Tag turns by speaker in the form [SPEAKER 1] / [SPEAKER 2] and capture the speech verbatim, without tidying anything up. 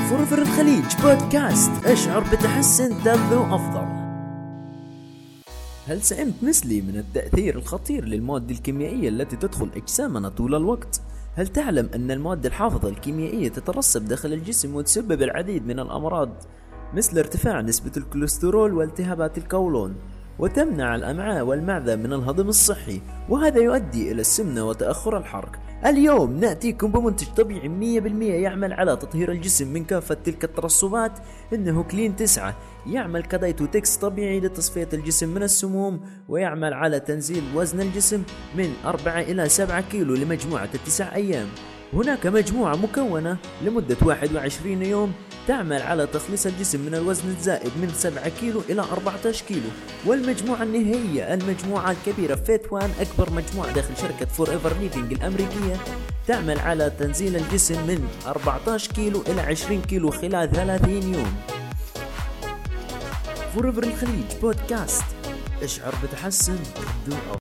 [SPEAKER 1] فورفر الخليج بودكاست، اشعر بتحسن تبدو أفضل. هل سئمت مثلي من التأثير الخطير للمواد الكيميائية التي تدخل أجسامنا طول الوقت؟ هل تعلم أن المواد الحافظة الكيميائية تترسب داخل الجسم وتسبب العديد من الأمراض مثل ارتفاع نسبة الكوليسترول والتهابات القولون، وتمنع الأمعاء والمعدة من الهضم الصحي، وهذا يؤدي إلى السمنة وتأخر الحرق. اليوم نأتيكم بمنتج طبيعي مية بالمية يعمل على تطهير الجسم من كافة تلك الترسبات. إنه كلين تسعة، يعمل كدايتوتكس طبيعي لتصفية الجسم من السموم، ويعمل على تنزيل وزن الجسم من أربعة إلى سبعة كيلو لمجموعة التسع أيام. هناك مجموعة مكونة لمدة واحد وعشرين يوم تعمل على تخليص الجسم من الوزن الزائد من سبعة كيلو إلى أربعة عشر كيلو، والمجموعة النهائية المجموعة الكبيرة فيت وان، أكبر مجموعة داخل شركة فور ايفر ليفينج الأمريكية، تعمل على تنزيل الجسم من أربعة عشر كيلو إلى عشرين كيلو خلال ثلاثين يوم. فور ايفر الخليج بودكاست، اشعر بتحسن تبدو أفضل.